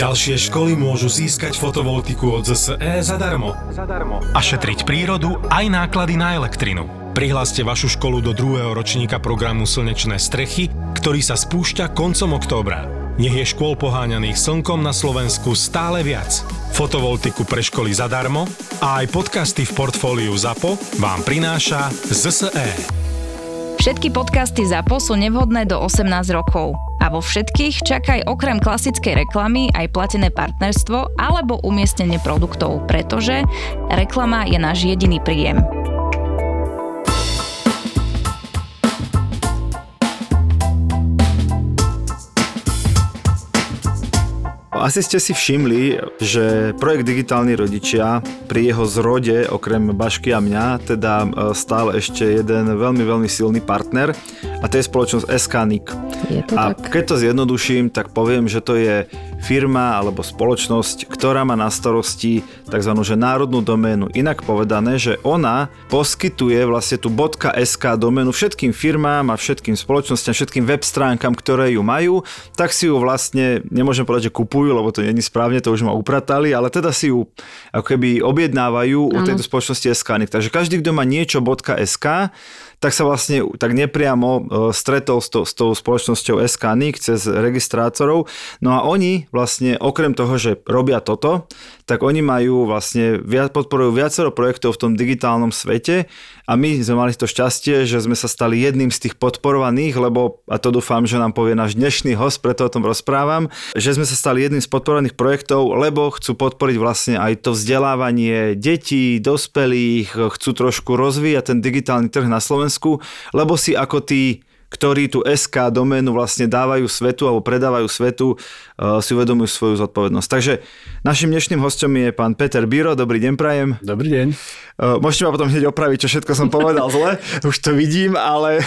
Ďalšie školy môžu získať fotovoltiku od ZSE zadarmo. A šetriť prírodu aj náklady na elektrinu. Prihláste vašu školu do 2. ročníka programu Slnečné strechy, ktorý sa spúšťa koncom októbra. Nech je škôl poháňaných slnkom na Slovensku stále viac. Fotovoltiku pre školy zadarmo a aj podcasty v portfóliu ZAPO vám prináša ZSE. Všetky podcasty ZAPO sú nevhodné do 18 rokov. A vo všetkých čakaj okrem klasickej reklamy aj platené partnerstvo alebo umiestnenie produktov, pretože reklama je náš jediný príjem. Asi ste si všimli, že projekt Digitálni rodičia pri jeho zrode, okrem Bašky a mňa, teda stál ešte jeden veľmi, veľmi silný partner a to je spoločnosť SK-NIC. A tak. Keď to zjednoduším, tak poviem, že to je firma alebo spoločnosť, ktorá má na starosti tzv. Národnú doménu. Inak povedané, že ona poskytuje vlastne tú .sk doménu všetkým firmám a všetkým spoločnostiam, všetkým web stránkam, ktoré ju majú, tak si ju vlastne, nemôžem povedať, že kupujú, lebo to nie je správne, to už ma upratali, ale teda si ju ako keby objednávajú u tejto spoločnosti SK-NIC. Takže každý, kto má niečo .sk, tak sa vlastne tak nepriamo stretol s tou spoločnosťou SK-NIC cez registrátorov. No a oni vlastne okrem toho, že robia toto, tak oni majú vlastne, podporujú viacero projektov v tom digitálnom svete a my sme mali to šťastie, že sme sa stali jedným z tých podporovaných, lebo, a to dúfam, že nám povie náš dnešný host, preto o tom rozprávam, že sme sa stali jedným z podporovaných projektov, lebo chcú podporiť vlastne aj to vzdelávanie detí, dospelých, chcú trošku rozvíjať ten digitálny trh na Slovensku, lebo si ako tí, ktorí tú SK doménu vlastne dávajú svetu alebo predávajú svetu, si uvedomujú svoju zodpovednosť. Takže našim dnešným hosťom je pán Peter Biro. Dobrý deň, prajem. Dobrý deň. Môžete ma potom hneď opraviť, čo všetko som povedal zle. Už to vidím, ale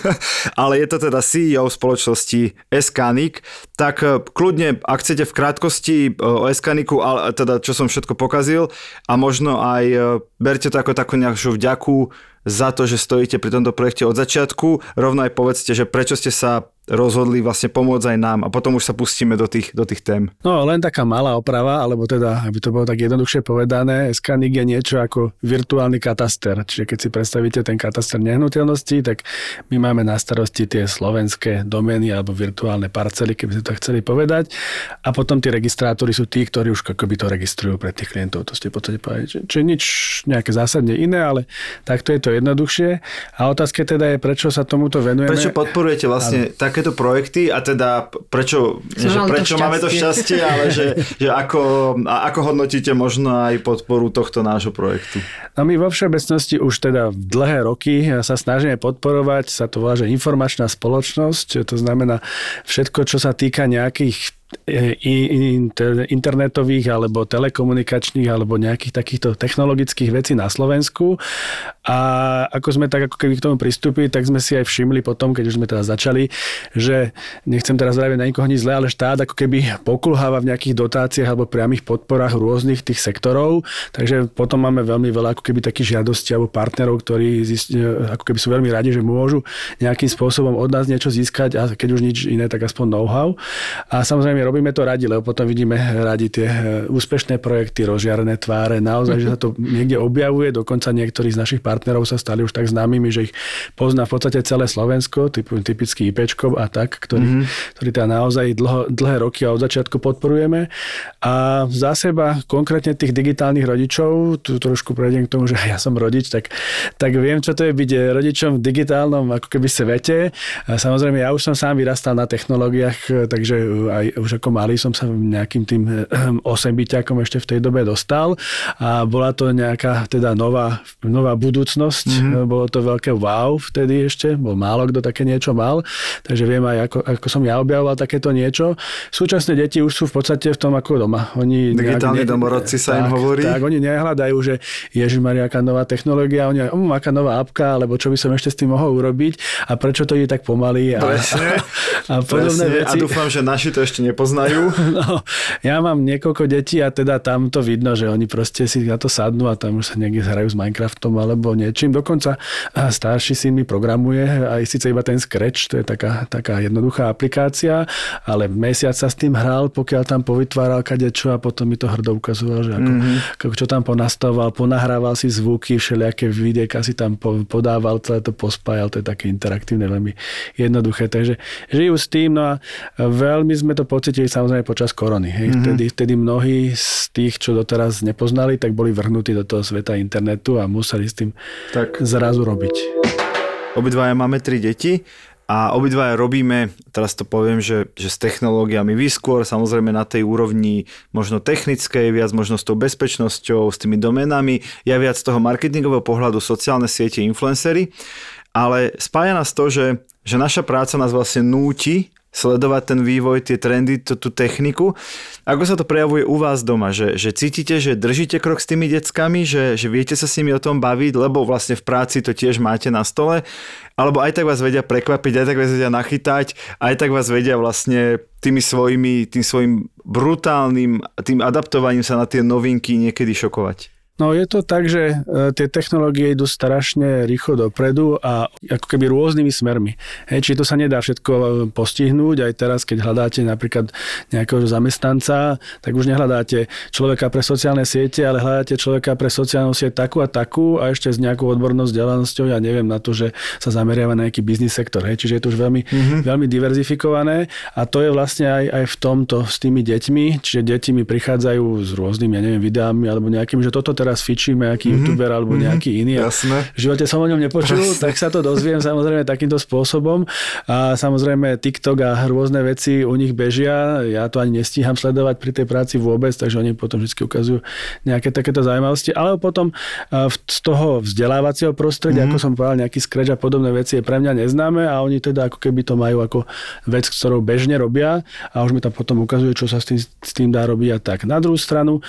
je to teda CEO spoločnosti SK-NIC. Tak kľudne, ak chcete v krátkosti o SK-NICu, teda čo som všetko pokazil a možno aj berte to ako takú nejakú vďaku za to, že stojíte pri tomto projekte od začiatku. Rovno aj povedzte, že prečo ste sa rozhodli vlastne pomôcť aj nám a potom už sa pustíme do tých tém. No len taká malá oprava, alebo teda, aby to bolo tak jednoduchšie povedané, SK-NIC je niečo ako virtuálny kataster. Čiže keď si predstavíte ten kataster nehnuteľností, tak my máme na starosti tie slovenské domény alebo virtuálne parcely, keby ste to chceli povedať. A potom tí registrátori sú tí, ktorí už akoby to registrujú pre tých klientov. To ste v podstate povedali. Čiže nič nejaké zásadne iné, ale takto je to jednoduchšie. A otázka teda je, prečo sa tomuto venujeme. Prečo podporujete vlastne takéto projekty a teda prečo máme to šťastie, ale že ako hodnotíte možno aj podporu tohto nášho projektu? No my vo všeobecnosti už teda dlhé roky sa snažíme podporovať, sa to volá, že informačná spoločnosť, to znamená všetko, čo sa týka nejakých internetových alebo telekomunikačných alebo nejakých takýchto technologických vecí na Slovensku. A ako sme tak ako keby k tomu pristúpili, tak sme si aj všimli potom, keď už sme teda začali, že nechcem teraz vraviť na nikoho nič zle, ale štát ako keby pokulháva v nejakých dotáciách alebo priamých podporách rôznych tých sektorov. Takže potom máme veľmi veľa ako keby takých žiadostí alebo partnerov, ktorí ako keby sú veľmi radi, že môžu nejakým spôsobom od nás niečo získať a keď už nič iné, tak aspoň know-how. A samozrejme robíme to radi, lebo potom vidíme radi tie úspešné projekty, rozžiarené tváre, naozaj, že sa to niekde objavuje, dokonca niektorí z našich partnerov sa stali už tak známymi, že ich pozná v podstate celé Slovensko, typický IPčkov a tak, ktorí teda naozaj dlhé roky a od začiatku podporujeme. A za seba, konkrétne tých digitálnych rodičov, tu trošku prejdem k tomu, že ja som rodič, tak viem, čo to je byť rodičom v digitálnom ako keby svete. A samozrejme, ja už som sám vyrastal na technológiách, takže aj už ako malý som sa nejakým tým 8-biťakom ešte v tej dobe dostal a bola to nejaká teda nová budúcnosť. Bolo to veľké wow vtedy ešte, bol málo kto také niečo mal, takže viem aj ako som ja objavoval takéto niečo. Súčasné deti už sú v podstate v tom ako doma. Oni digitálni domorodci sa im hovorí. Tak, oni nehľadajú, že ježišmaria, aká nová technológia, oni aká nová apka, alebo čo by som ešte s tým mohol urobiť a prečo to ide tak pomaly a podobné veci. A dúfam, že naši to ešte nepoznajú. No, ja mám niekoľko detí a teda tam to vidno, že oni proste si na to sadnú a tam už sa niekde hrajú s Minecraftom alebo alebo niečím. Dokonca starší syn mi programuje, aj síce iba ten Scratch, to je taká jednoduchá aplikácia, ale mesiac sa s tým hral, pokiaľ tam povytváral kadečo a potom mi to hrdo ukazoval, že ako čo tam ponastavoval, ponahrával si zvuky, všelijaké videjka si tam podával, celé to pospájal, to je také interaktívne, veľmi jednoduché. Takže žijú s tým, no a veľmi sme to pocítili samozrejme počas korony. Vtedy mnohí z tých, čo doteraz nepoznali, tak boli vrhnutí do toho sveta internetu a museli s tým zrazu robiť. Obidvaja máme 3 deti a obidvaja robíme, teraz to poviem, že s technológiami vy skôr, samozrejme na tej úrovni možno technickej, viac možno s tou bezpečnosťou, s tými doménami, ja viac z toho marketingového pohľadu sociálne siete, influencery, ale spája nás to, že naša práca nás vlastne núti sledovať ten vývoj, tie trendy, tú techniku. Ako sa to prejavuje u vás doma? Že cítite, že držíte krok s tými deckami, že viete sa s nimi o tom baviť, lebo vlastne v práci to tiež máte na stole? Alebo aj tak vás vedia prekvapiť, aj tak vás vedia nachytať, aj tak vás vedia vlastne tým svojim brutálnym, tým adaptovaním sa na tie novinky niekedy šokovať? No je to tak, že tie technológie idú strašne rýchlo dopredu a ako keby rôznymi smermi. Či to sa nedá všetko postihnúť, aj teraz, keď hľadáte napríklad nejakého zamestnanca, tak už nehľadáte človeka pre sociálne siete, ale hľadáte človeka pre sociálnu sieť takú a takú a ešte s nejakou odbornou vzdelanosťou, ja neviem, na to, že sa zameriava na nejaký biznis sektor. Čiže je to už veľmi diverzifikované a to je vlastne aj v tomto s tými deťmi, čiže deti mi prichádzajú s rôznymi, ja neviem, videami alebo nejakým, že toto teraz fičíme, nejaký youtuber alebo nejaký iný. Jasné. V živote som o ňom nepočul, tak sa to dozviem samozrejme takýmto spôsobom. A samozrejme TikTok a rôzne veci u nich bežia. Ja to ani nestíham sledovať pri tej práci vôbec, takže oni potom vždy ukazujú nejaké takéto zaujímavosti. Ale potom z toho vzdelávacieho prostredia, ako som povedal, nejaký Scratch a podobné veci je pre mňa neznáme a oni teda ako keby to majú ako vec, ktorou bežne robia a už mi tam potom ukazujú, čo sa s tým dá robiť a tak. Na druhú stranu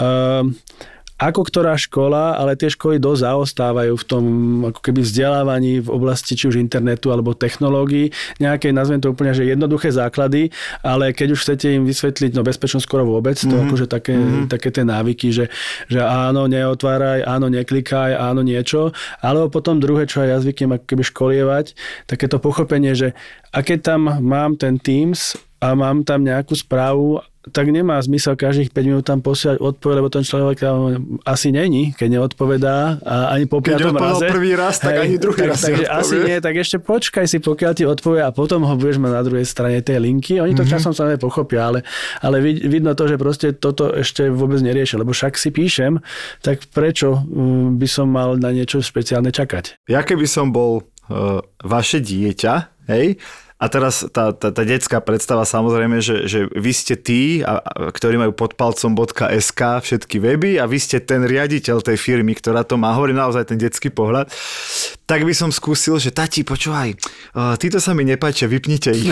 ako ktorá škola, ale tie školy dosť zaostávajú v tom ako keby vzdelávaní v oblasti či už internetu alebo technológií. Nejaké, nazvem to úplne, že jednoduché základy, ale keď už chcete im vysvetliť, no bezpečnosť skoro vôbec, to akože také tie návyky, že áno, neotváraj, áno, neklikaj, áno, niečo, alebo potom druhé, čo aj ja zvyknem ako keby školievať, takéto pochopenie, že a keď tam mám ten Teams a mám tam nejakú správu, tak nemá zmysel každých 5 minút tam posielať odpoveď, lebo ten človek asi není, keď neodpovedá a ani po piatom raze. Keď prvý raz, tak ani druhý raz takže asi nie, tak ešte počkaj si, pokiaľ ti odpovie a potom ho budeš mať na druhej strane tej linky. Oni to časom sa nepochopia, ale vidno to, že proste toto ešte vôbec neriešia, lebo však si píšem, tak prečo by som mal na niečo špeciálne čakať? Ja keby som bol vaše dieťa, hej, a teraz tá detská predstava samozrejme, že vy ste tí, ktorí majú pod palcom .sk všetky weby a vy ste ten riaditeľ tej firmy, ktorá to má, hovorím naozaj ten detský pohľad, tak by som skúsil, že tati, počúvaj, títo sa mi nepáčia, vypnite ich.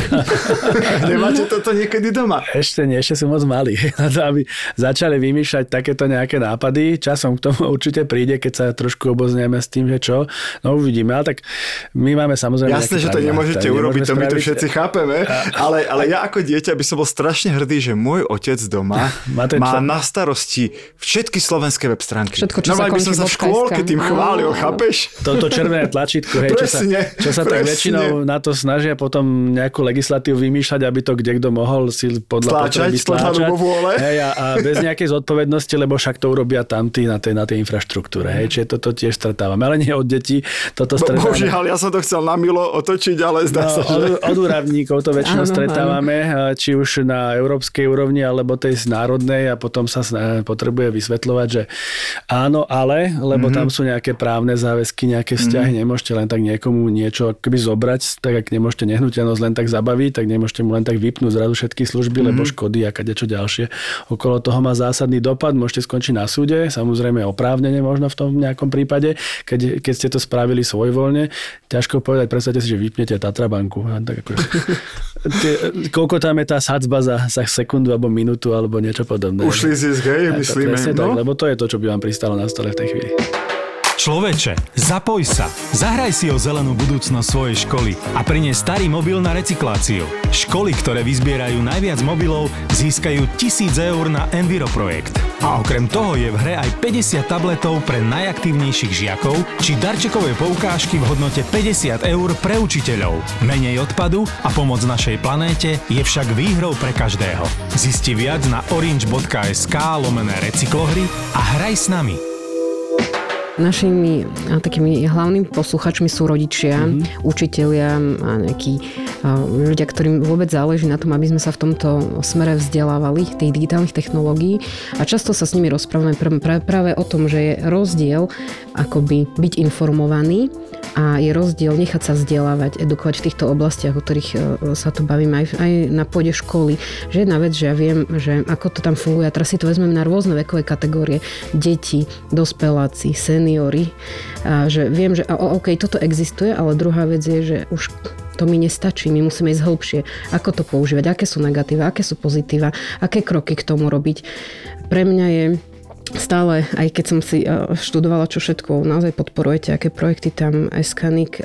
Nemáte toto niekedy doma? Ešte nie, ešte sú moc malí, aby začali vymýšľať takéto nejaké nápady. Časom k tomu určite príde, keď sa trošku oboznieme s tým, že čo. No uvidíme, ale tak my máme samozrejme... Jasné, že to nemôžete urobiť, to my to všetci chápeme, ale ja ako dieťa by som bol strašne hrdý, že môj otec doma má na starosti všetky slovenské web stránky. Všetko, čo sa končí by som sa v škôlke tým chválil, chápeš? Toto červené tlačítko, hej, čo sa tak väčšinou na to snažia potom nejakú legislatívu vymýšľať, aby to kdekto mohol si podľa potreby stláčať. Hej, a bez nejakej zodpovednosti, lebo však to urobia tamtí na tej infraštruktúre. Hej, čiže toto tiež stretávame. Ale nie od detí, toto stretávame. Božiaľ, ja som to chcel na milo otočiť, ale zdá sa, že... Od úradníkov to väčšinou stretávame, či už na európskej úrovni, alebo tej národnej a potom sa potrebuje vysvetľovať, že áno, ale, lebo tam sú nejaké právne záväzky, nejaké vzťahy, nemôžete len tak niekomu niečo akoby zobrať, tak ak nemôžete nehnuteľnosť len tak zabaviť, tak nemôžete mu len tak vypnúť zrazu všetky služby, lebo škody a kadečo ďalšie. Okolo toho má zásadný dopad, môžete skončiť na súde, samozrejme oprávnene možno v tom nejakom prípade, keď ste to spravili svojvoľne. Ťažko povedať, predstavte si, že vypnete Tatrabanku. Tak ako, koľko tam je tá sadzba za sekundu alebo minútu alebo niečo podobné. Ušli zisk, hej, myslíme. Presne tak, lebo to je to, čo by vám pristalo na stole v tej chvíli. Človeče, zapoj sa. Zahraj si o zelenú budúcnosť svojej školy a prines starý mobil na recykláciu. Školy, ktoré vyzbierajú najviac mobilov, získajú 1000 eur na Enviro projekt. A okrem toho je v hre aj 50 tabletov pre najaktívnejších žiakov či darčekové poukážky v hodnote 50 eur pre učiteľov. Menej odpadu a pomoc našej planéte je však výhrou pre každého. Zisti viac na orange.sk/recyklohry a hraj s nami. Našimi takými hlavnými posluchačmi sú rodičia, učitelia a nejakí ľudia, ktorým vôbec záleží na tom, aby sme sa v tomto smere vzdelávali, tých digitálnych technológií. A často sa s nimi rozprávame práve o tom, že je rozdiel akoby byť informovaný a je rozdiel nechať sa vzdelávať, edukovať v týchto oblastiach, o ktorých sa tu bavíme aj na pôde školy. Že jedna vec, že ja viem, že ako to tam funguje, a teraz si to vezmeme na rôzne vekové kategórie, deti, dospeláci, seniory, a že viem, že OK, toto existuje, ale druhá vec je, že už to mi nestačí, my musíme ísť hĺbšie. Ako to používať, aké sú negatíva, aké sú pozitíva, aké kroky k tomu robiť. Pre mňa je stále, aj keď som si študovala, čo všetko naozaj podporujete, aké projekty tam SKNIC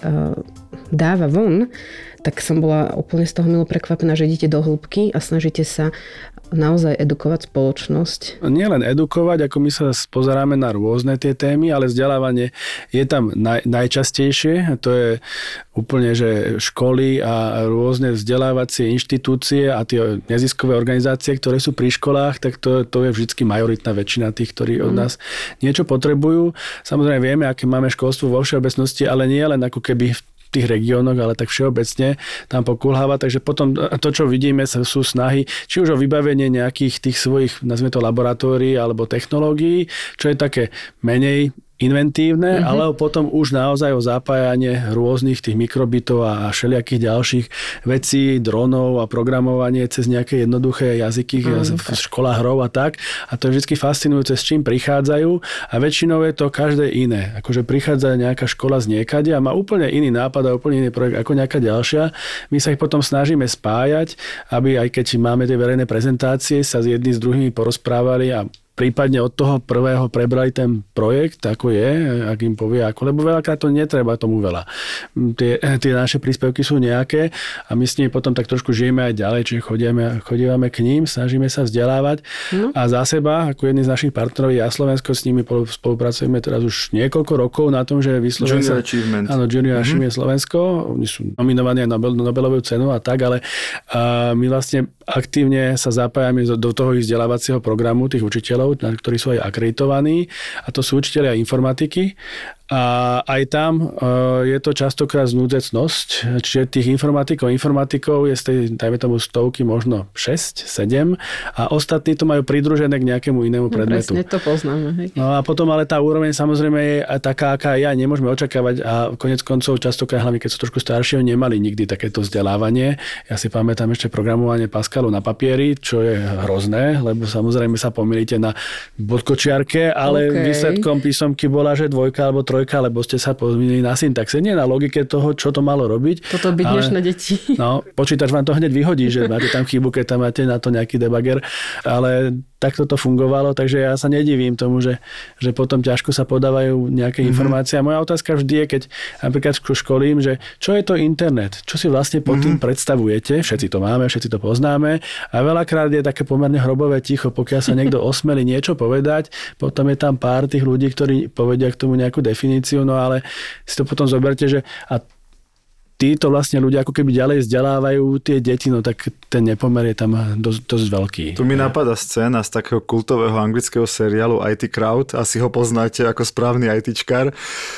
dáva von, tak som bola úplne z toho milo prekvapená, že idete do hĺbky a snažíte sa naozaj edukovať spoločnosť. Nie len edukovať, ako my sa pozeráme na rôzne tie témy, ale vzdelávanie je tam najčastejšie. To je úplne, že školy a rôzne vzdelávacie inštitúcie a tie neziskové organizácie, ktoré sú pri školách, tak to je vždycky majoritná väčšina tých, ktorí od nás niečo potrebujú. Samozrejme vieme, aké máme školstvo vo všeobecnosti, ale nie len ako keby v tých regiónoch, ale tak všeobecne tam pokulháva. Takže potom to, čo vidíme, sú snahy, či už o vybavenie nejakých tých svojich, nazvime to laboratórií alebo technológií, čo je také menej inventívne, ale potom už naozaj o zapájanie rôznych tých mikrobitov a všelijakých ďalších vecí, dronov a programovanie cez nejaké jednoduché jazyky v školách hrov a tak. A to je vždy fascinujúce, s čím prichádzajú a väčšinou je to každé iné. Akože prichádza nejaká škola z niekade a má úplne iný nápad a úplne iný projekt ako nejaká ďalšia. My sa ich potom snažíme spájať, aby aj keď máme tie verejné prezentácie, sa s jedným s druhými porozprávali a prípadne od toho prvého prebrali ten projekt, ako je, ak im povie ako, lebo veľakrát to netreba tomu veľa. Tie naše príspevky sú nejaké a my s nimi potom tak trošku žijeme aj ďalej, čiže chodívame k ním, snažíme sa vzdelávať a za seba, ako jedný z našich partnerov, ja Slovensko, s nimi spolupracujeme teraz už niekoľko rokov na tom, že vyslovene Junior Achievement. Áno, Junior Achievement Slovensko, oni sú nominovaní aj na Nobelovú cenu a tak, ale my vlastne aktívne sa zapájame do toho ich vzdelávacieho programu tých učiteľov, ktorí sú aj akreditovaní, a to sú učitelia informatiky. A aj tam je to častokrát znúdzecnosť, čiže tých informatikov je z tej, dajme tomu, stovky možno 6, 7 a ostatní to majú pridružené k nejakému inému predmetu. Presne, to poznáme. Hej. No a potom ale tá úroveň samozrejme je taká, aká je, nemôžeme očakávať a konec koncov častokrát, hlavne keď sú trošku staršie, nemali nikdy takéto vzdelávanie. Ja si pamätám ešte programovanie Pascalu na papieri, čo je hrozné, lebo samozrejme sa pomýlite na bodkočiarke, ale výsledkom písomky bola, že 2 alebo 3, lebo ste sa pomýlili na syntaxe, nie na logike toho, čo to malo robiť. Toto by dnešné deti. No, počítač vám to hneď vyhodí, že máte tam chybu, keď tam máte na to nejaký debager, ale takto to fungovalo, takže ja sa nedivím tomu, že potom ťažko sa podávajú nejaké informácie. A moja otázka vždy je, keď napríklad školím, že čo je to internet? Čo si vlastne pod tým predstavujete? Všetci to máme, všetci to poznáme a veľakrát je také pomerne hrobové ticho, pokiaľ sa niekto osmelí niečo povedať, potom je tam pár tých ľudí, ktorí povedia k tomu nejakú definíciu, no ale si to potom zoberte, že a títo vlastne ľudia ako keby ďalej vzdelávajú tie deti, no tak ten nepomer je tam dosť veľký. Tu mi napadá scéna z takého kultového anglického seriálu IT Crowd, asi ho poznáte ako správny ITčkar.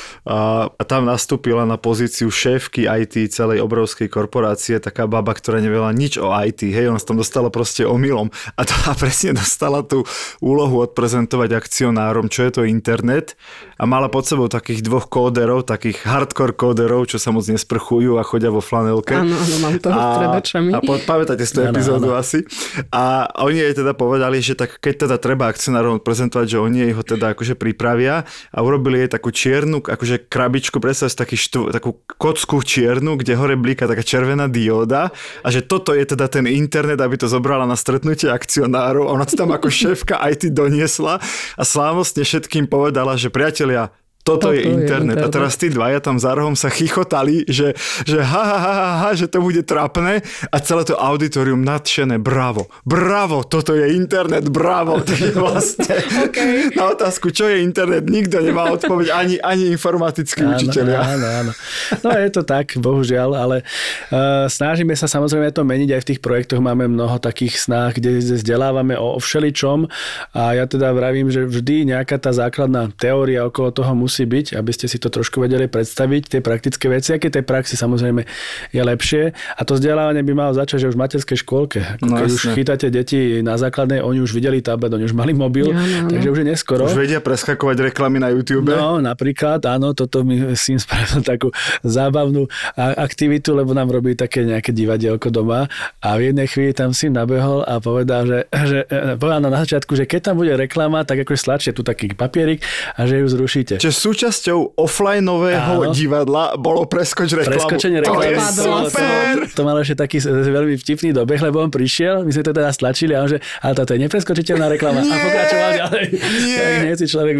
A tam nastúpila na pozíciu šéfky IT celej obrovskej korporácie taká baba, ktorá nevedela nič o IT. Hej, ona sa tam dostala proste omylom. A tá presne dostala tú úlohu odprezentovať akcionárom, čo je to internet. A mala pod sebou takých 2 kóderov, takých hardcore kóderov, čo sa moc nesprchujú a chodia vo flanelke. Áno, mám to pred očami. A pamätáte si tú epizódu asi? A oni jej teda povedali, že tak keď teda treba akcionárom odprezentovať, že oni jej ho teda akože pripravia a urobili jej takú čiernu, akože krabičku, predstav si takú kocku čiernu, kde hore blíka taká červená dióda a že toto je teda ten internet, aby to zobrala na stretnutie akcionárov. Ona to tam ako šéfka IT doniesla a slávnostne všetkým povedala, že priatelia, Toto je internet. A teraz tí dvaja tam za rohom sa chichotali, že že to bude trápne a celé to auditorium nadšené. Bravo, toto je internet, bravo. Takže vlastne na otázku, čo je internet, nikto nemá odpoveď, ani informatickí učitelia. Áno. No je to tak, bohužiaľ, ale snažíme sa samozrejme to meniť aj v tých projektoch. Máme mnoho takých snách, kde vzdelávame o všeličom a ja teda vravím, že vždy nejaká tá základná teória okolo toho musí byť, aby ste si to trošku vedeli predstaviť, tie praktické veci, aké tej praxi samozrejme je lepšie. A to vzdelávanie by malo začať, že už v materskej škôlke. Keď už chytáte deti na základnej, oni už videli tablet, oni už mali mobil, takže už je neskoro. Už vedia preskakovať reklamy na YouTube. No, napríklad, áno, toto mi s tým spravil takú zábavnú aktivitu, lebo nám robí také nejaké divadielko doma a v jednej chvíli tam syn nabehol a povedal, že povedal na začiatku, že keď tam bude reklama, tak akože stlačte tu taký papierik a že ju zrušíte. Čiže súčasťou offlineového divadla bolo preskočenie reklamu. To je super! To mal ešte taký veľmi vtipný dobeh, lebo on prišiel, my sme to teda stlačili a on že, ale toto je nepreskočiteľná reklama. A pokračoval ďalej. Tak hneď si človek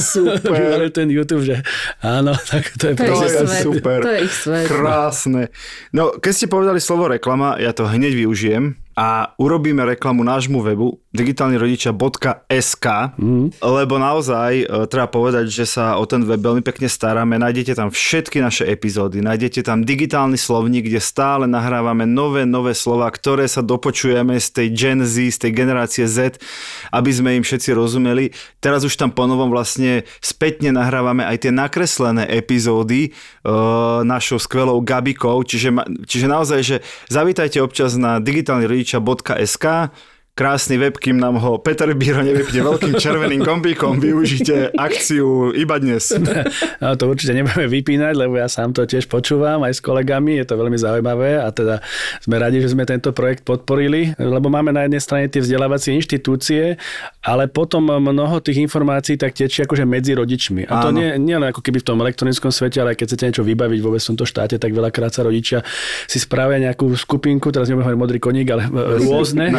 vyvalil ten YouTube, že áno, tak to je super. To je ich svet. Krásne. No, keď ste povedali slovo reklama, ja to hneď využijem a urobíme reklamu nášmu webu digitálnirodičia.sk, lebo naozaj treba povedať, že sa o ten web veľmi pekne staráme. Nájdete tam všetky naše epizódy, nájdete tam digitálny slovník, kde stále nahrávame nové slova, ktoré sa dopočujeme z tej Gen Z, z tej generácie Z, aby sme im všetci rozumeli. Teraz už tam ponovom vlastne spätne nahrávame aj tie nakreslené epizódy našou skvelou Gabikou, čiže naozaj, že zavítajte občas na digitálnirodičia.sk. Krásny web, kým nám ho Peter Bíro nevypne veľkým červeným gombíkom, využite akciu iba dnes. No, to určite nebudeme vypínať, lebo ja sám to tiež počúvam aj s kolegami, je to veľmi zaujímavé a teda sme radi, že sme tento projekt podporili, lebo máme na jednej strane tie vzdelávacie inštitúcie, ale potom mnoho tých informácií tak tečie akože medzi rodičmi. A to nie len ako keby v tom elektronickom svete, ale keď chcete niečo vybaviť vôbec v tomto štáte, tak veľakrát sa rodičia si spravia nejakú skupinku, teraz nebudem hovoriť modrý koník, ale rôzne.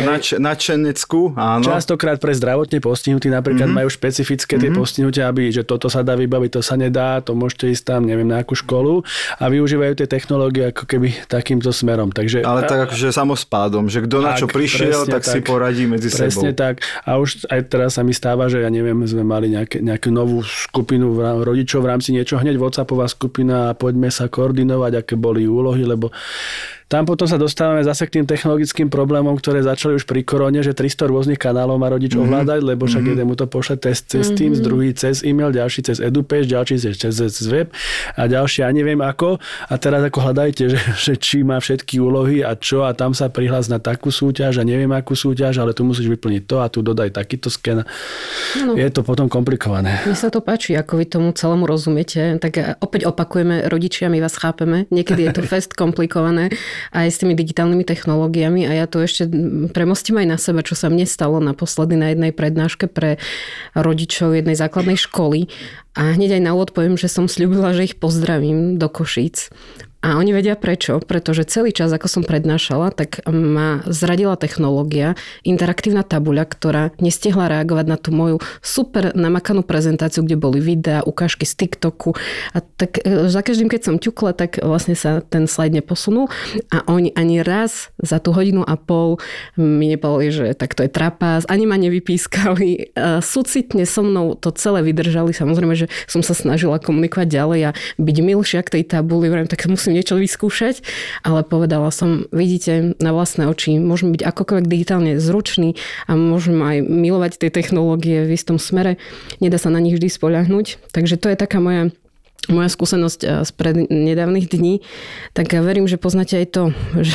Áno. Častokrát pre zdravotne postihnutí napríklad majú špecifické tie postihnutia, aby, že toto sa dá vybaviť, to sa nedá, to môžete ísť tam, neviem, na akú školu a využívajú tie technológie ako keby takýmto smerom. Takže, ale tak akože samospádom, že kto na čo prišiel, tak si poradí medzi sebou. Presne tak. A už aj teraz sa mi stáva, že ja neviem, sme mali nejakú novú skupinu rodičov v rámci niečo, hneď WhatsAppová skupina a poďme sa koordinovať, aké boli úlohy, lebo tam potom sa dostávame zase k tým technologickým problémom, ktoré začali už pri korone, že 300 rôznych kanálov má rodič ovládať, lebo však jeden mu to pošle test cez Teams, druhý cez e-mail, ďalší cez EduPage, ďalší cez web a ďalší ja neviem ako. A teraz ako hľadajte, že či má všetky úlohy a čo a tam sa prihlás na takú súťaž a neviem akú súťaž, ale tu musíš vyplniť to a tu dodaj takýto sken. No. Je to potom komplikované. Mne sa to páči, ako vy tomu celému rozumiete. Tak opäť opakujeme, rodičia, my vás chápeme. Niekedy je to fest komplikované aj s tými digitálnymi technológiami a ja to ešte premostím aj na seba, čo sa mne stalo naposledy na jednej prednáške pre rodičov jednej základnej školy a hneď aj na úvod poviem, že som sľúbila, že ich pozdravím do Košíc. A oni vedia prečo, pretože celý čas, ako som prednášala, tak ma zradila technológia, interaktívna tabuľa, ktorá nestihla reagovať na tú moju super namakanú prezentáciu, kde boli videá, ukážky z TikToku. A tak za každým, keď som ťukla, tak vlastne sa ten slajd neposunul. A oni ani raz za tú hodinu a pol mi nepovedali, že tak to je trapás, ani ma nevypískali. Súcitne so mnou to celé vydržali. Samozrejme, že som sa snažila komunikovať ďalej a byť milšia k tej tabuli, tak musím niečo vyskúšať, ale povedala som, vidíte na vlastné oči, môžeme byť akokoľvek digitálne zruční a môžeme aj milovať tie technológie v istom smere. Nedá sa na nich vždy spoľahnúť. Takže to je taká moja skúsenosť spred nedávnych dní, tak ja verím, že poznáte aj to,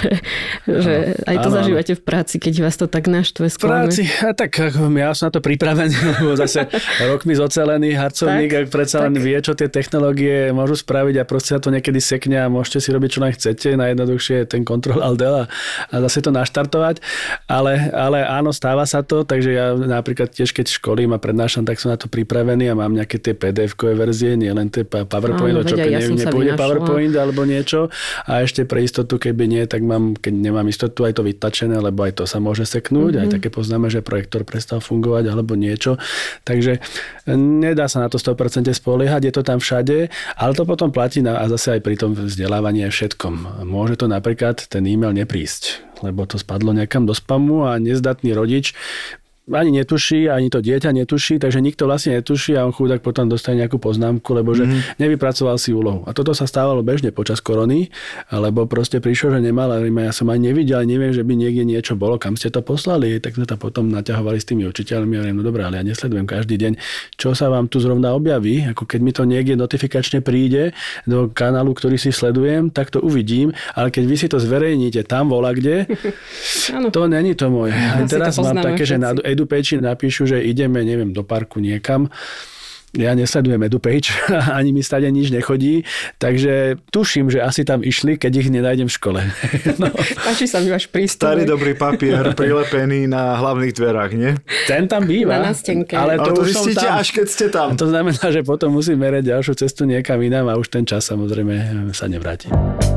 že aj to zažívate v práci, keď vás to tak naštve. V práci, tak ja som na to pripravený, lebo zase rokmi zocelený harcovník, ak predsa len vie, čo tie technológie môžu spraviť a proste sa to niekedy sekne a môžete si robiť, čo len chcete. Najjednoduchšie je ten Ctrl-Alt-Del a zase to naštartovať. Ale áno, stáva sa to, takže ja napríklad tiež, keď školím a prednášam, tak som na to pripravený a mám nejaké tie PDF-kové verzie, nie len tie PowerPoint, čo keď nepôjde PowerPoint alebo niečo a ešte pre istotu, keby nie, tak keď nemám istotu, aj to vytlačené, lebo aj to sa môže seknúť, aj také poznáme, že projektor prestal fungovať alebo niečo. Takže nedá sa na to 100% spoliehať, je to tam všade, ale to potom platí a zase aj pri tom vzdelávaní aj všetkom. Môže to napríklad ten e-mail neprísť, lebo to spadlo niekam do spamu a nezdatný rodič ani netuší, ani to dieťa netuší, takže nikto vlastne netuší a on chudák potom dostane nejakú poznámku, lebo že nevypracoval si úlohu. A toto sa stávalo bežne počas korony, lebo proste prišlo, že nemal, ale ja som ani nevidel, neviem, že by niekde niečo bolo, kam ste to poslali, tak sme to potom naťahovali s tými učiteľmi a no dobré, ale ja nesledujem každý deň, čo sa vám tu zrovna objaví, ako keď mi to niekde notifikačne príde do kanálu, ktorý si sledujem, tak to uvidím, ale keď vy si to zverejníte tam kde, to není to moje. Teraz mám také, že na EduPage napíšu, že ideme, neviem, do parku niekam. Ja nesledujem EduPage, ani mi stade nič nechodí, takže tuším, že asi tam išli, keď ich nenájdem v škole. No. Páči sa mi váš prístroj. Starý dobrý papier prilepený na hlavných dverách, nie? Ten tam býva. Na nástenke. Ale to zistíte až keď ste tam. A to znamená, že potom musím merať ďalšiu cestu niekam inám a už ten čas samozrejme sa nevráti.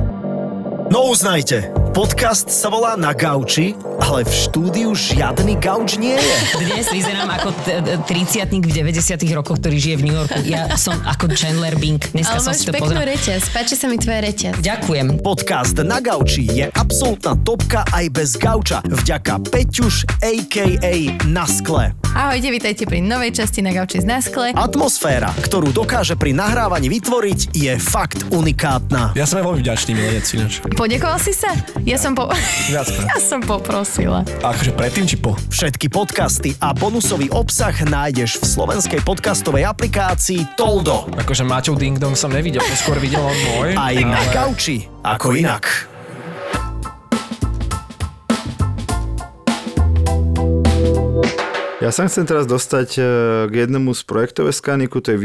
No uznajte, podcast sa volá Na gauči, ale v štúdiu žiadny gauč nie je. Dnes vyzerám ako 30-tník v 90 rokoch, ktorý žije v New Yorku. Ja som ako Chandler Bing. Dneska som si to pozrel. Ale máš peknú reťaz, páči sa mi tvoja reťaz. Ďakujem. Podcast Na gauči je absolútna topka aj bez gauča. Vďaka Peťuš a.k.a. Na skle. Ahojte, vítajte pri novej časti Na gauči z Na skle. Atmosféra, ktorú dokáže pri nahrávaní vytvoriť, je fakt unikátna. Ja som aj veľmi vďačný milenec ináč. Poďakoval si sa? Ja som poprosila. A akože predtým či po? Všetky podcasty a bonusový obsah nájdeš v slovenskej podcastovej aplikácii Toldo. Akože Maťov Ding Dong som nevidel, to skôr videl on môj. Aj na gauči, ako inak. Ja sa chcem teraz dostať k jednému z projektov SK-niku, to je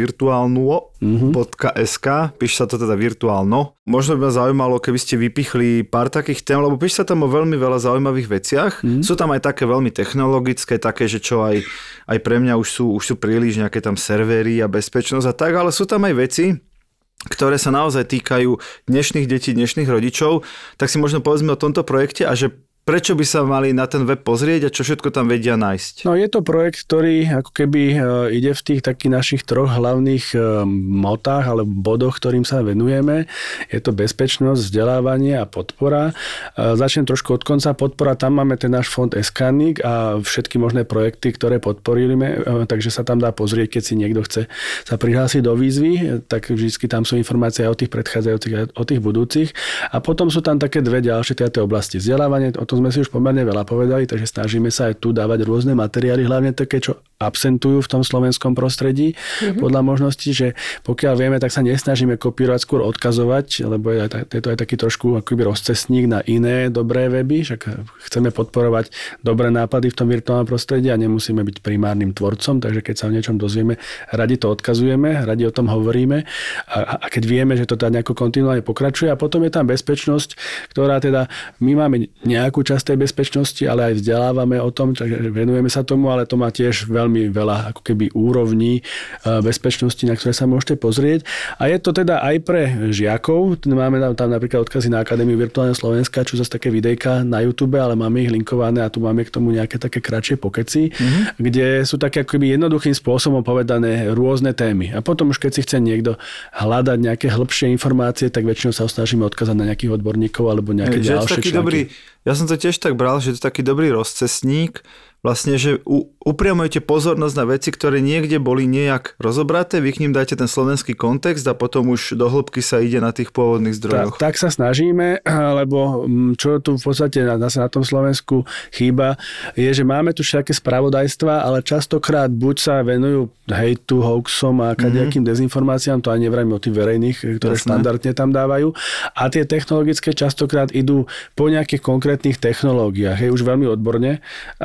virtuálno.sk, píše sa to teda virtuálno. Možno by ma zaujímalo, keby ste vypichli pár takých tém, lebo píše sa tam o veľmi veľa zaujímavých veciach. Sú tam aj také veľmi technologické, také, že čo aj pre mňa už sú príliš nejaké tam servery a bezpečnosť a tak, ale sú tam aj veci, ktoré sa naozaj týkajú dnešných detí, dnešných rodičov. Tak si možno povedzme o tomto projekte a že prečo by sa mali na ten web pozrieť a čo všetko tam vedia nájsť? No je to projekt, ktorý ako keby ide v tých takých našich troch hlavných motách alebo bodoch, ktorým sa venujeme. Je to bezpečnosť, vzdelávanie a podpora. Začnem trošku od konca. Podpora, tam máme ten náš fond SK-nik a všetky možné projekty, ktoré podporíme, takže sa tam dá pozrieť, keď si niekto chce sa prihlásiť do výzvy, tak vždy tam sú informácie aj o tých predchádzajúcich a o tých budúcich. A potom sú tam také dve ďalšie oblasti. Vzdelávanie, to sme si už pomerne veľa povedali, takže snažíme sa aj tu dávať rôzne materiály, hlavne také, čo absentujú v tom slovenskom prostredí. Podľa možností, že pokiaľ vieme, tak sa nesnažíme kopírovať, skôr odkazovať, lebo je to aj taký trošku akoby rozcestník na iné dobré weby, však chceme podporovať dobré nápady v tom virtuálnom prostredí a nemusíme byť primárnym tvorcom, takže keď sa o niečom dozvieme, radi to odkazujeme, radi o tom hovoríme a keď vieme, že to teda nejako kontinuálne pokračuje a potom je tam bezpečnosť, ktorá teda my máme nejakú časť tej bezpečnosti, ale aj vzdelávame o tom, takže venujeme sa tomu, ale to má tiež veľmi veľa ako keby úrovní bezpečnosti, na ktoré sa môžete pozrieť. A je to teda aj pre žiakov. Máme tam napríklad odkazy na Akadémiu virtuálneho Slovenska, čo zase také videjka na YouTube, ale máme ich linkované a tu máme k tomu nejaké také kratšie pokeci, kde sú také ako keby jednoduchým spôsobom povedané rôzne témy. A potom už keď si chce niekto hľadať nejaké hĺbšie informácie, tak väčšinou sa snažíme odkazať na nejakých odborníkov alebo nejaké ďalšie články. Ja som to tiež tak bral, že to je taký dobrý rozcestník, vlastne, že upriamujete pozornosť na veci, ktoré niekde boli nejak rozobraté, vy k ním dáte ten slovenský kontext a potom už do hĺbky sa ide na tých pôvodných zdrojoch. Tak sa snažíme, lebo čo tu v podstate na tom Slovensku chýba, je, že máme tu všetké spravodajstva, ale častokrát buď sa venujú hejtu, hoaxom a kadejakým dezinformáciám, to aj nevrajme o tých verejných, ktoré štandardne tam dávajú. A tie technologické častokrát idú po nejakých konkrétnych technológiách, už veľmi odborne. A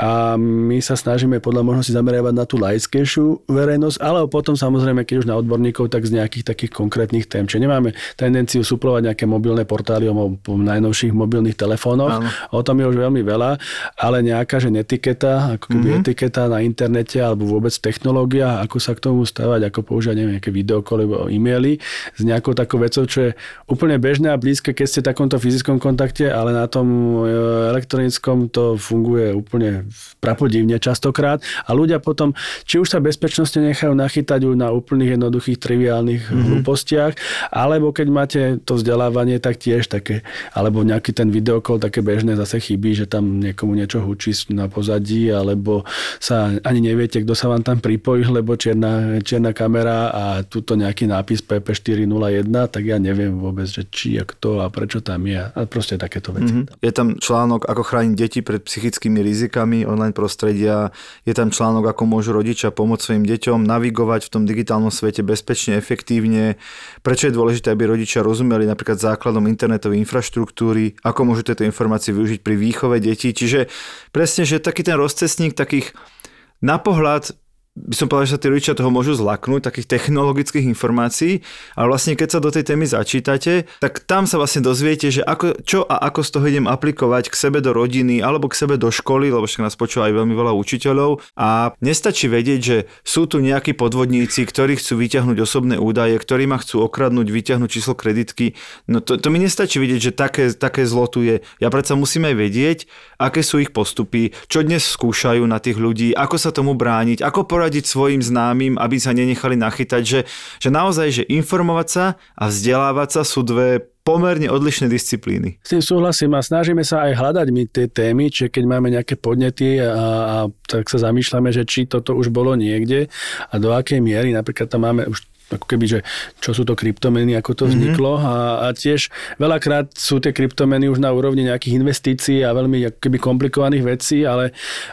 my sa snažíme podľa možnosti zameriavať na tú laickejšiu verejnosť, ale potom samozrejme, keď už na odborníkov, tak z nejakých takých konkrétnych tém. Čiže nemáme tendenciu suplovať nejaké mobilné portály o najnovších mobilných telefónoch. O tom je už veľmi veľa, ale nejaká etiketa, ako keby etiketa na internete alebo vôbec v technológiách, ako sa k tomu stavať, ako používať nejaké videokoly alebo e-maily s nejakou takou vecou, čo je úplne bežné a blízke, keď ste v takomto fyzickom kontakte, ale na tom elektronickom to funguje úplne prapodivne častokrát a ľudia potom, či už sa bezpečnostne nechajú nachytať na úplných jednoduchých triviálnych hlúpostiach, alebo keď máte to vzdelávanie, tak tiež také, alebo nejaký ten videokol také bežné zase chybí, že tam niekomu niečo hučí na pozadí, alebo sa ani neviete, kto sa vám tam pripojí, lebo čierna kamera a tuto nejaký nápis PP401, tak ja neviem vôbec, že či a kto a prečo tam je a proste takéto veci. Je tam článok, ako chrániť deti pred psychickými rizikami online prostredia, je tam článok, ako môžu rodičia pomôcť svojim deťom navigovať v tom digitálnom svete bezpečne, efektívne, prečo je dôležité, aby rodičia rozumeli napríklad základom internetovej infraštruktúry, ako môžu tieto informácie využiť pri výchove detí. Čiže presne, že taký ten rozcestník takých na pohľad by som povedal, že sa tí rodičia toho môžu zlaknúť, takých technologických informácií, ale vlastne keď sa do tej témy začítate, tak tam sa vlastne dozviete, že čo a ako z toho idem aplikovať k sebe do rodiny alebo k sebe do školy, lebo však nás počúva aj veľmi veľa učiteľov a nestačí vedieť, že sú tu nejakí podvodníci, ktorí chcú vyťahnuť osobné údaje, ktorí ma chcú okradnúť, vyťahnuť číslo kreditky. No to mi nestačí vedieť, že také zlo tu je. Ja predsa musím aj vedieť, aké sú ich postupy, čo dnes skúšajú na tých ľudí, ako sa tomu brániť, ako poradiť svojim známym, aby sa nenechali nachytať, že naozaj, že informovať sa a vzdelávať sa sú dve pomerne odlišné disciplíny. S tým súhlasím a snažíme sa aj hľadať my tie témy, čiže keď máme nejaké podnety a tak sa zamýšľame, že či toto už bolo niekde a do akej miery, napríklad tam máme už ako keby, že čo sú to kryptomeny, ako to vzniklo a tiež veľakrát sú tie kryptomeny už na úrovni nejakých investícií a veľmi ako keby komplikovaných vecí, ale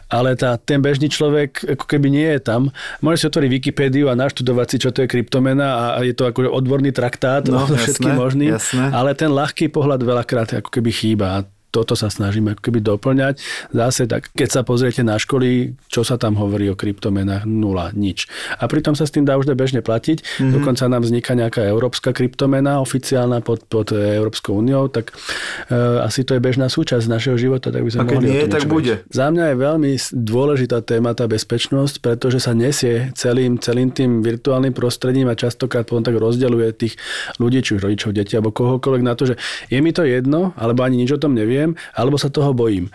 ten bežný človek ako keby nie je tam. Môže si otvoriť Wikipédiu a naštudovať si, čo to je kryptomena a je to ako odborný traktát všetkým možným, ale ten ľahký pohľad veľakrát ako keby chýba. Toto sa snažíme ako keby doplňať. Zase tak, keď sa pozriete na školy, čo sa tam hovorí o kryptomenách? Nula, nič. A pritom sa s tým dá už bežne platiť. Dokonca nám vzniká nejaká európska kryptomena, oficiálna pod Európskou úniou, tak asi to je bežná súčasť našeho života, tak by sme mohli o tom tak bude. Za mňa je veľmi dôležitá téma tá bezpečnosť, pretože sa nesie celým tým virtuálnym prostredím a častokrát potom tak rozdeľuje tých ľudí, či už rodičov, deti alebo kohokoľvek na to, že je mi to jedno, alebo ani nič o tom neviem, alebo sa toho bojím.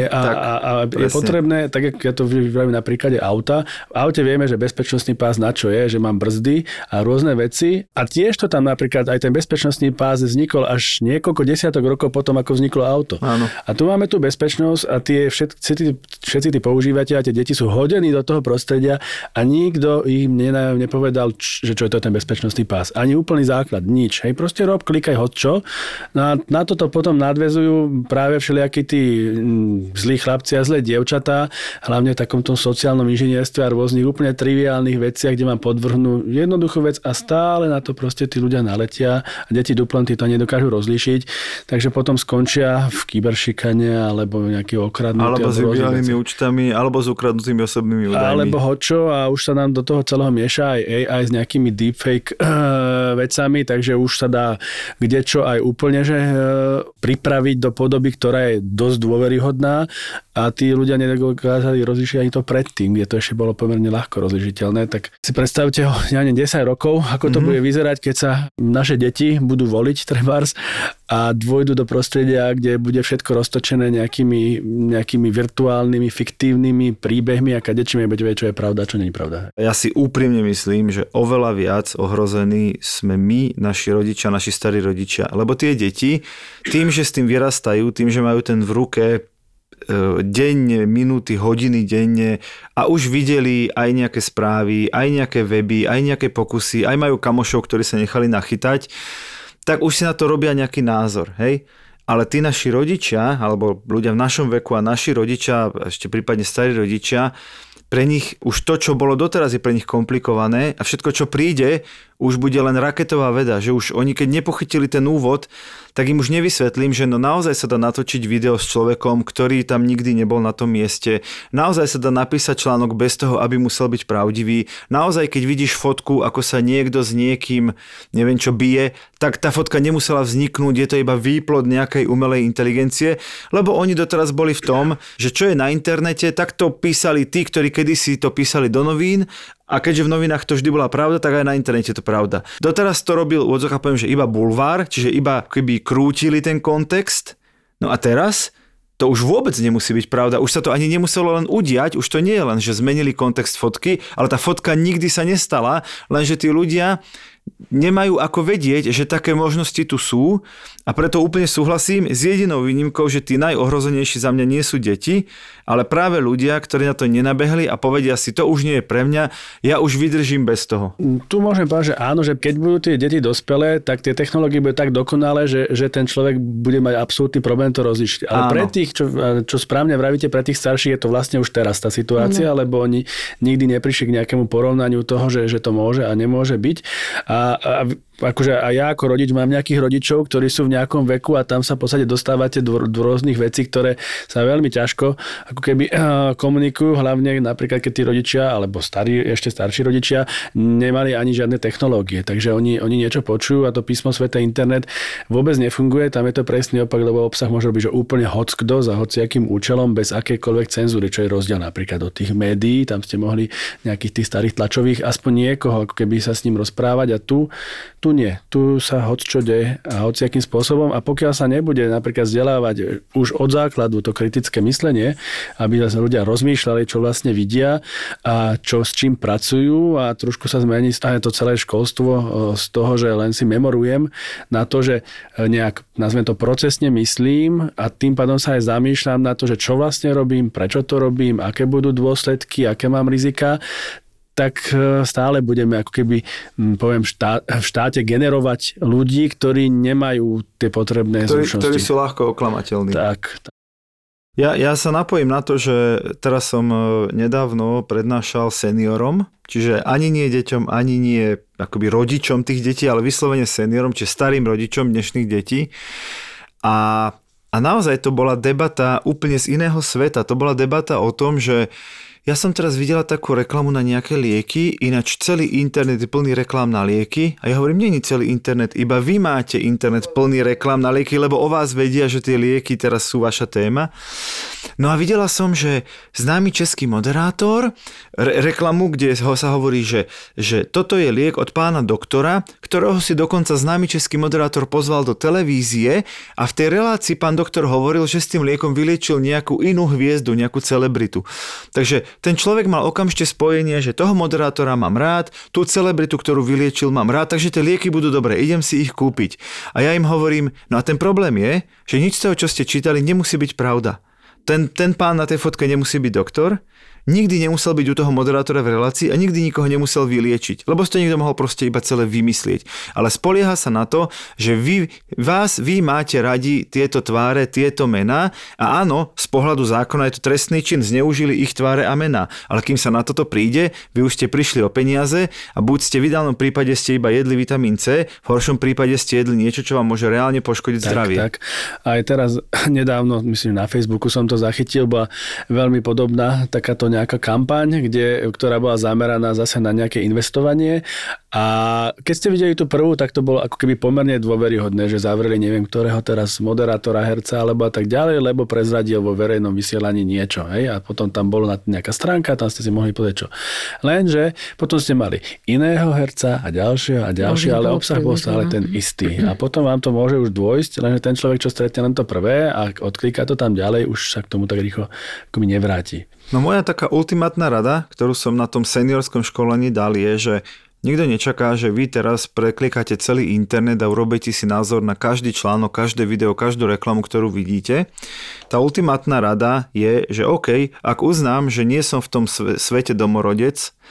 A je potrebné, tak ja to vravím na príklade auta, v aute vieme, že bezpečnostný pás na čo je, že mám brzdy a rôzne veci a tiež to tam napríklad aj ten bezpečnostný pás vznikol až niekoľko desiatok rokov potom, ako vzniklo auto. Áno. A tu máme tú bezpečnosť a tie všetci tí používateľia, tie deti sú hodení do toho prostredia a nikto im nepovedal, že čo je to ten bezpečnostný pás. Ani úplný základ, nič. Hej, proste rob, klikaj hoďčo. No a na toto potom nadväzujú práve všelijakí tí zlí chlapci a zlé dievčatá, hlavne v takomto sociálnom inžinierstve a rôznych úplne triviálnych veciach, kde vám podvrhnú jednoduchú vec a stále na to proste tí ľudia naletia a deti duplanty to nedokážu rozlíšiť, takže potom skončia v kyberšikane alebo nejaký okradnutí. Alebo s vybielými účtami, alebo s ukradnutými osobnými údajmi. Alebo hočo a už sa nám do toho celého mieša aj AI s nejakými deepfake vecami, takže už sa dá kdečo aj úplne že pripraviť do podoby, ktorá je dosť dôveryhodná a tí ľudia nedokázali rozlišiť ani to predtým, kde to ešte bolo pomerne ľahko rozlišiteľné. Tak si predstavte ho, 10 rokov, ako to bude vyzerať, keď sa naše deti budú voliť trebárs a dôjdu do prostredia, kde bude všetko roztočené nejakými virtuálnymi, fiktívnymi príbehmi a kadečím bude vedieť, čo je pravda, čo nie je pravda. Ja si úprimne myslím, že oveľa viac ohrození sme my, naši rodičia, naši starí rodičia, lebo tie deti, tým, že s tým vyrastajú, tým, že majú ten v ruke denne, minúty, hodiny denne a už videli aj nejaké správy, aj nejaké weby, aj nejaké pokusy, aj majú kamošov, ktorí sa nechali nachytať, tak už si na to robia nejaký názor, hej? Ale tí naši rodičia, alebo ľudia v našom veku a naši rodičia, ešte prípadne starí rodičia, pre nich už to, čo bolo doteraz, je pre nich komplikované a všetko, čo príde, už bude len raketová veda, že už oni, keď nepochytili ten úvod, tak im už nevysvetlím, že no naozaj sa dá natočiť video s človekom, ktorý tam nikdy nebol na tom mieste. Naozaj sa dá napísať článok bez toho, aby musel byť pravdivý. Naozaj, keď vidíš fotku, ako sa niekto s niekým, neviem čo, bije, tak tá fotka nemusela vzniknúť, je to iba výplod nejakej umelej inteligencie, lebo oni doteraz boli v tom, že čo je na internete, tak to písali tí, ktorí kedysi to písali do novín. A keďže v novinách to vždy bola pravda, tak aj na internete to pravda. Doteraz to robil, úvodzovka poviem, že iba bulvár, čiže iba keby krútili ten kontext. No a teraz to už vôbec nemusí byť pravda. Už sa to ani nemuselo len udiať, už to nie je len, že zmenili kontext fotky, ale tá fotka nikdy sa nestala, lenže tí ľudia nemajú ako vedieť, že také možnosti tu sú a preto úplne súhlasím s jedinou výnimkou, že tí najohrozenejší za mňa nie sú deti, ale práve ľudia, ktorí na to nenabehli a povedia si, to už nie je pre mňa, ja už vydržím bez toho. Tu môžem povedať, že áno, že keď budú tie deti dospelé, tak tie technológie budú tak dokonalé, že ten človek bude mať absolútny problém to rozlišiť. Ale pre tých, čo správne vravíte, pre tých starších je to vlastne už teraz tá situácia, lebo oni nikdy neprišli k nejakému porovnaniu toho, že to môže a nemôže byť. A akože aj ja ako rodič mám nejakých rodičov, ktorí sú v nejakom veku a tam sa v podstate dostávate do rôznych vecí, ktoré sa veľmi ťažko ako keby komunikujú, hlavne napríklad keď tí rodičia, alebo ešte starší rodičia nemali ani žiadne technológie, takže oni niečo počujú a to písmo sveta internet vôbec nefunguje, tam je to presný opak, lebo obsah môže byť že úplne hockdo za hociakým účelom bez akékoľvek cenzúry, čo je rozdiel napríklad od tých médií, tam ste mohli nejakých tých starých tlačových aspoň niekoho ako keby sa s ním rozprávať a tu nie. Tu sa hocčo deje a hociakým spôsobom a pokiaľ sa nebude napríklad vzdelávať už od základu to kritické myslenie, aby sa ľudia rozmýšľali, čo vlastne vidia a čo s čím pracujú a trošku sa zmení, stane to celé školstvo z toho, že len si memorujem na to, že nejak, nazvem to procesne myslím a tým pádom sa aj zamýšľam na to, že čo vlastne robím, prečo to robím, aké budú dôsledky, aké mám rizika, tak stále budeme ako keby, poviem, v štáte generovať ľudí, ktorí nemajú tie potrebné zručnosti. Ktorí sú ľahko oklamateľní. Tak. Ja sa napojím na to, že teraz som nedávno prednášal seniorom, čiže ani nie deťom, ani nie akoby rodičom tých detí, ale vyslovene seniorom, čiže starým rodičom dnešných detí. A naozaj to bola debata úplne z iného sveta. To bola debata o tom, že ja som teraz videla takú reklamu na nejaké lieky, ináč celý internet je plný reklám na lieky a ja hovorím, nie je celý internet, iba vy máte internet plný reklám na lieky, lebo o vás vedia, že tie lieky teraz sú vaša téma. No a videla som, že známy český moderátor reklamu, kde sa hovorí, že toto je liek od pána doktora, ktorého si dokonca známy český moderátor pozval do televízie a v tej relácii pán doktor hovoril, že s tým liekom vyliečil nejakú inú hviezdu, nejakú celebritu. Takže ten človek mal okamžite spojenie, že toho moderátora mám rád, tú celebritu, ktorú vyliečil, mám rád, takže tie lieky budú dobré, idem si ich kúpiť. A ja im hovorím, no a ten problém je, že nič z toho, čo ste čítali, nemusí byť pravda. Ten pán na tej fotke nemusí byť doktor, nikdy nemusel byť u toho moderátora v relácii a nikdy nikoho nemusel vyliečiť, lebo ste niekto mohol proste iba celé vymyslieť. Ale spolieha sa na to, že vy máte radi tieto tváre, tieto mená a áno, z pohľadu zákona je to trestný čin, zneužili ich tváre a mená. Ale kým sa na toto príde, vy už ste prišli o peniaze a buď ste v ideálnom prípade ste iba jedli vitamín C, v horšom prípade ste jedli niečo, čo vám môže reálne poškodiť zdravie. Tak. Aj teraz nedávno, myslím, na Facebooku som to zachytil, bola veľmi podobná takáto nejaká kampaň, ktorá bola zameraná zase na nejaké investovanie a keď ste videli tú prvú, tak to bolo ako keby pomerne dôveryhodné, že zavreli neviem ktorého teraz moderátora, herca alebo a tak ďalej, lebo prezradil vo verejnom vysielaní niečo, hej, a potom tam bola nejaká stránka, tam ste si mohli povedať čo. Lenže potom ste mali iného herca a ďalšieho, ale obsah bol stále ten istý a potom vám to môže už dôjsť, lenže ten človek, čo stretne len to prvé a odkliká to tam ďalej, už sa k tomu tak rýchlo akoby nevráti. No moja taká ultimátna rada, ktorú som na tom seniorskom školení dal, je, že nikto nečaká, že vy teraz preklikáte celý internet a urobíte si názor na každý článok, každé video, každú reklamu, ktorú vidíte. Tá ultimátna rada je, že OK, ak uznám, že nie som v tom svete domorodec,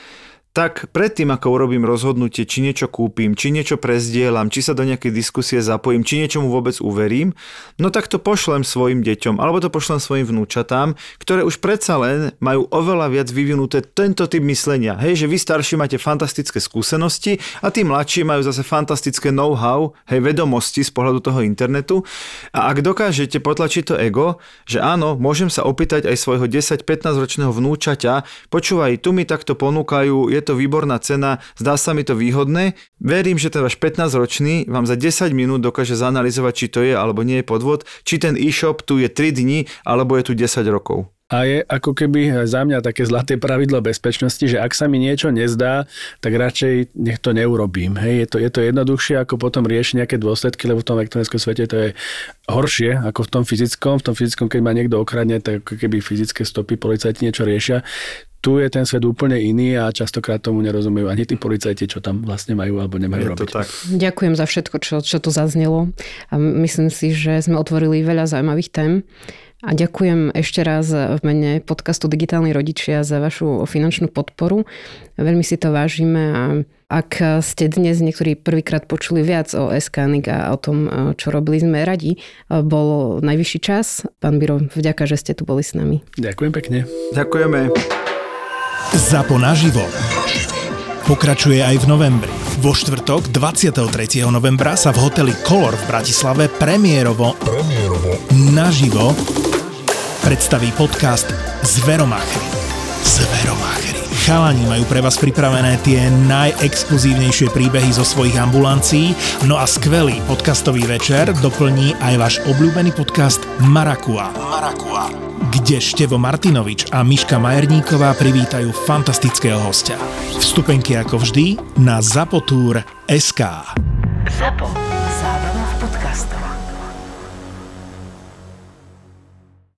tak predtým, ako urobím rozhodnutie, či niečo kúpim, či niečo prezdielam, či sa do nejakej diskusie zapojím, či niečomu vôbec uverím, no tak to pošlem svojim deťom, alebo to pošlem svojim vnúčatám, ktoré už predsa len majú oveľa viac vyvinuté tento typ myslenia. Hej, že vy starší máte fantastické skúsenosti a tí mladší majú zase fantastické know-how, hej, vedomosti z pohľadu toho internetu. A ak dokážete potlačiť to ego, že áno, môžem sa opýtať aj svojho 10-15 ročného vnúčaťa, počúvaj, tu mi takto ponúkajú, je to výborná cena, zdá sa mi to výhodné. Verím, že ten váš 15-ročný vám za 10 minút dokáže zanalyzovať, či to je alebo nie je podvod, či ten e-shop tu je 3 dní, alebo je tu 10 rokov. A je ako keby za mňa také zlaté pravidlo bezpečnosti, že ak sa mi niečo nezdá, tak radšej nech to neurobím. Hej, je to jednoduchšie, ako potom riešiť nejaké dôsledky, lebo v tom elektronickom svete to je horšie ako v tom fyzickom. V tom fyzickom, keď ma niekto okradne, tak ako keby fyzické stopy, policajti niečo riešia. Tu je ten svet úplne iný a častokrát tomu nerozumejú ani tí policajti, čo tam vlastne majú alebo nemajú robiť. Tak. Ďakujem za všetko, čo tu zaznelo. A myslím si, že sme otvorili veľa zaujímavých tém. A ďakujem ešte raz v mene podcastu Digitálni rodičia za vašu finančnú podporu. Veľmi si to vážime a ak ste dnes niektorí prvýkrát počuli viac o SKNIC a o tom, čo robili, sme radi. Bol najvyšší čas. Pán Biro, vďaka, že ste tu boli s nami. Ďakujem pekne. Ďakujeme. ZAPO naživo pokračuje aj v novembri. Vo štvrtok 23. novembra sa v hoteli Color v Bratislave premiérovo naživo predstaví podcast Zveromácheri. Chalani majú pre vás pripravené tie najexkluzívnejšie príbehy zo svojich ambulancií, no a skvelý podcastový večer doplní aj váš obľúbený podcast Marakua, kde Števo Martinovič a Miška Majerníková privítajú fantastického hostia. Vstupenky ako vždy na zapotur.sk. ZAPO. Zábrná v podcastovách.